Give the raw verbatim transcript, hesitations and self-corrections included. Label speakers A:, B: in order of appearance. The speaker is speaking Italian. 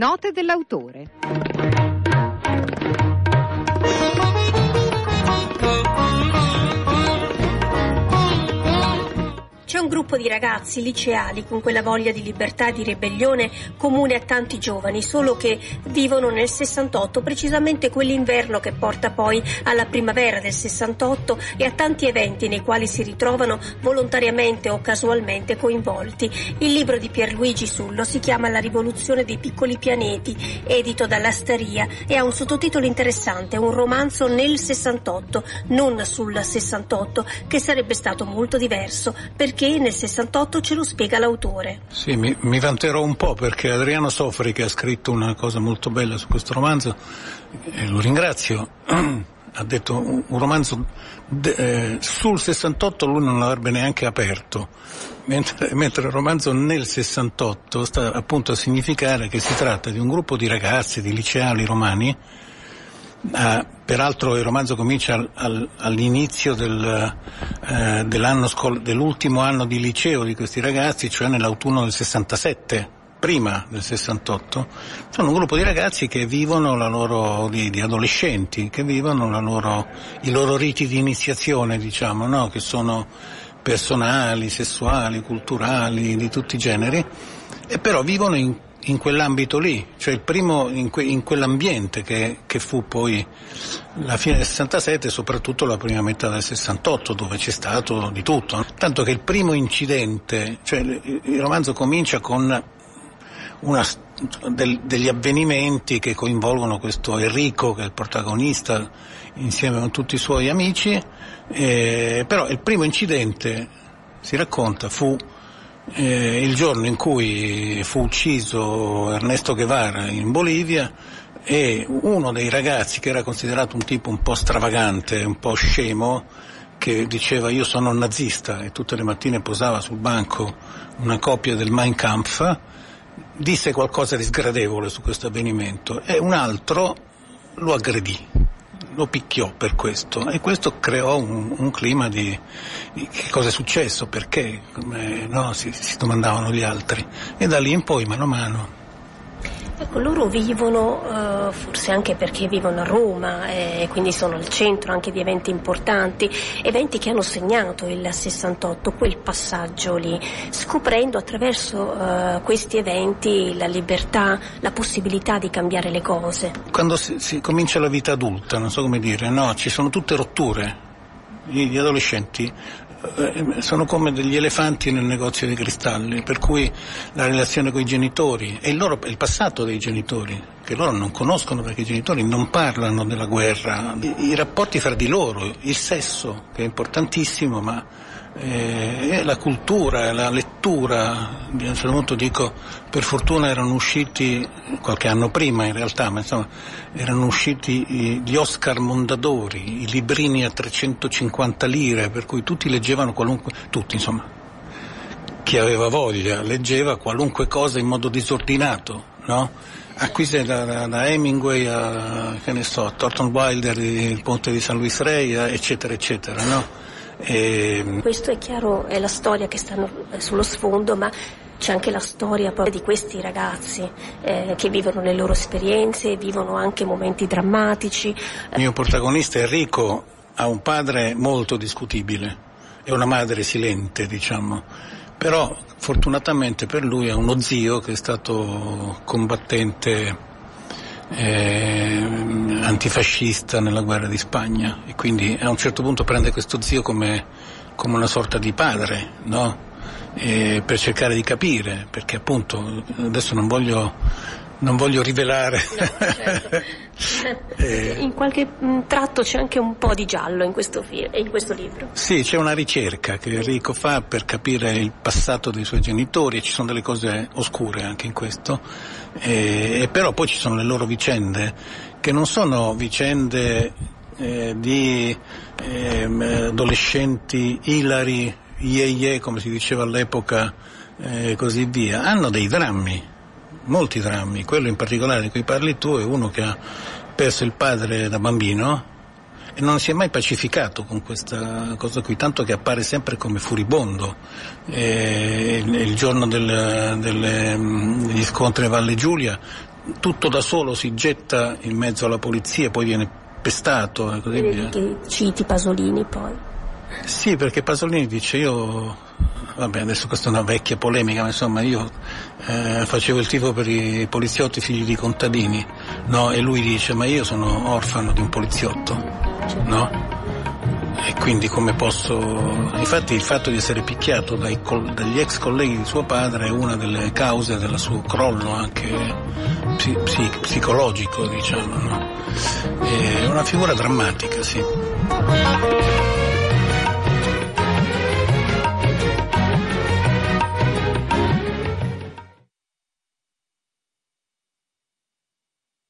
A: Note dell'autore.
B: C'è un gruppo di ragazzi liceali con quella voglia di libertà e di ribellione comune a tanti giovani, solo che vivono nel sessantotto, precisamente quell'inverno che porta poi alla primavera del sessantotto e a tanti eventi nei quali si ritrovano volontariamente o casualmente coinvolti. Il libro di Pierluigi Sullo si chiama La rivoluzione dei piccoli pianeti, edito dalla Staria, e ha un sottotitolo interessante, un romanzo nel sessantotto, non sul sessantotto, che sarebbe stato molto diverso, perché nel sessantotto ce lo spiega l'autore.
C: Sì, mi, mi vanterò un po' perché Adriano Sofri, che ha scritto una cosa molto bella su questo romanzo, e lo ringrazio, ha detto un, un romanzo de, eh, sul sessantotto lui non l'avrebbe neanche aperto, mentre, mentre il romanzo nel sessantotto sta appunto a significare che si tratta di un gruppo di ragazzi, di liceali romani. Uh, peraltro il romanzo comincia al, al, all'inizio del, uh, dell'anno scol- dell'ultimo anno di liceo di questi ragazzi, cioè nell'autunno del sessantasette, prima del sessantotto. Sono un gruppo di ragazzi che vivono la loro, di, di adolescenti, che vivono la loro, i loro riti di iniziazione, diciamo, no? Che sono personali, sessuali, culturali, di tutti i generi, e però vivono in in quell'ambito lì, cioè il primo in, que, in quell'ambiente che, che fu poi la fine del sessantasette e soprattutto la prima metà del sessantotto, dove c'è stato di tutto, no? Tanto che il primo incidente, cioè il, il romanzo comincia con una, del, degli avvenimenti che coinvolgono questo Enrico, che è il protagonista, insieme con tutti i suoi amici, eh, però il primo incidente, si racconta, fu Eh, il giorno in cui fu ucciso Ernesto Guevara in Bolivia, e uno dei ragazzi, che era considerato un tipo un po' stravagante, un po' scemo, che diceva io sono nazista e tutte le mattine posava sul banco una copia del Mein Kampf, disse qualcosa di sgradevole su questo avvenimento e un altro lo aggredì, lo picchiò per questo, e questo creò un, un clima di, di che cosa è successo, perché, come, no, si, si domandavano gli altri, e da lì in poi mano a mano.
B: Ecco, loro vivono, eh, forse anche perché vivono a Roma, e eh, quindi sono al centro anche di eventi importanti, eventi che hanno segnato il sessantotto, quel passaggio lì, scoprendo attraverso eh, questi eventi la libertà, la possibilità di cambiare le cose.
C: Quando si, si comincia la vita adulta, non so come dire, no, ci sono tutte rotture. Gli adolescenti eh, sono come degli elefanti nel negozio di cristalli, per cui la relazione con i genitori e il loro il passato dei genitori, che loro non conoscono perché i genitori non parlano della guerra, i, i rapporti fra di loro, il sesso, che è importantissimo, ma eh, la cultura, la lettura. A un certo punto dico, per fortuna erano usciti qualche anno prima in realtà, ma insomma erano usciti gli Oscar Mondadori, i librini a trecentocinquanta lire, per cui tutti leggevano qualunque, tutti insomma, chi aveva voglia leggeva qualunque cosa in modo disordinato, no? Acquise da, da, da Hemingway a, che ne so, a Thornton Wilder, il Ponte di San Luis Rey, eccetera eccetera, no? E...
B: Questo è chiaro, è la storia che sta sullo sfondo, ma c'è anche la storia poi di questi ragazzi eh, che vivono le loro esperienze, vivono anche momenti drammatici.
C: Il mio protagonista Enrico ha un padre molto discutibile e una madre silente, diciamo, però fortunatamente per lui ha uno zio che è stato combattente eh, antifascista nella guerra di Spagna, e quindi a un certo punto prende questo zio come, come una sorta di padre, no? E per cercare di capire, perché appunto adesso non voglio non voglio rivelare.
B: No, certo. eh. In qualche tratto c'è anche un po' di giallo in questo, fi- in questo libro.
C: Sì, c'è una ricerca che Enrico fa per capire il passato dei suoi genitori, e ci sono delle cose oscure anche in questo, e, e però poi ci sono le loro vicende, che non sono vicende eh, di eh, adolescenti ilari, ye ye, come si diceva all'epoca, e eh, così via. Hanno dei drammi, molti drammi. Quello in particolare di cui parli tu è uno che ha perso il padre da bambino e non si è mai pacificato con questa cosa qui, tanto che appare sempre come furibondo. E il, il giorno del, delle, degli scontri a Valle Giulia tutto da solo si getta in mezzo alla polizia, poi viene pestato e così via.
B: Che citi Pasolini poi.
C: Sì, perché Pasolini dice io, vabbè adesso questa è una vecchia polemica, ma insomma io eh, facevo il tifo per i poliziotti figli di contadini, no? E lui dice ma io sono orfano di un poliziotto, no? E quindi come posso... Infatti il fatto di essere picchiato dai, dagli ex colleghi di suo padre è una delle cause del suo crollo anche psi, psi, psicologico, diciamo, no? È una figura drammatica, sì.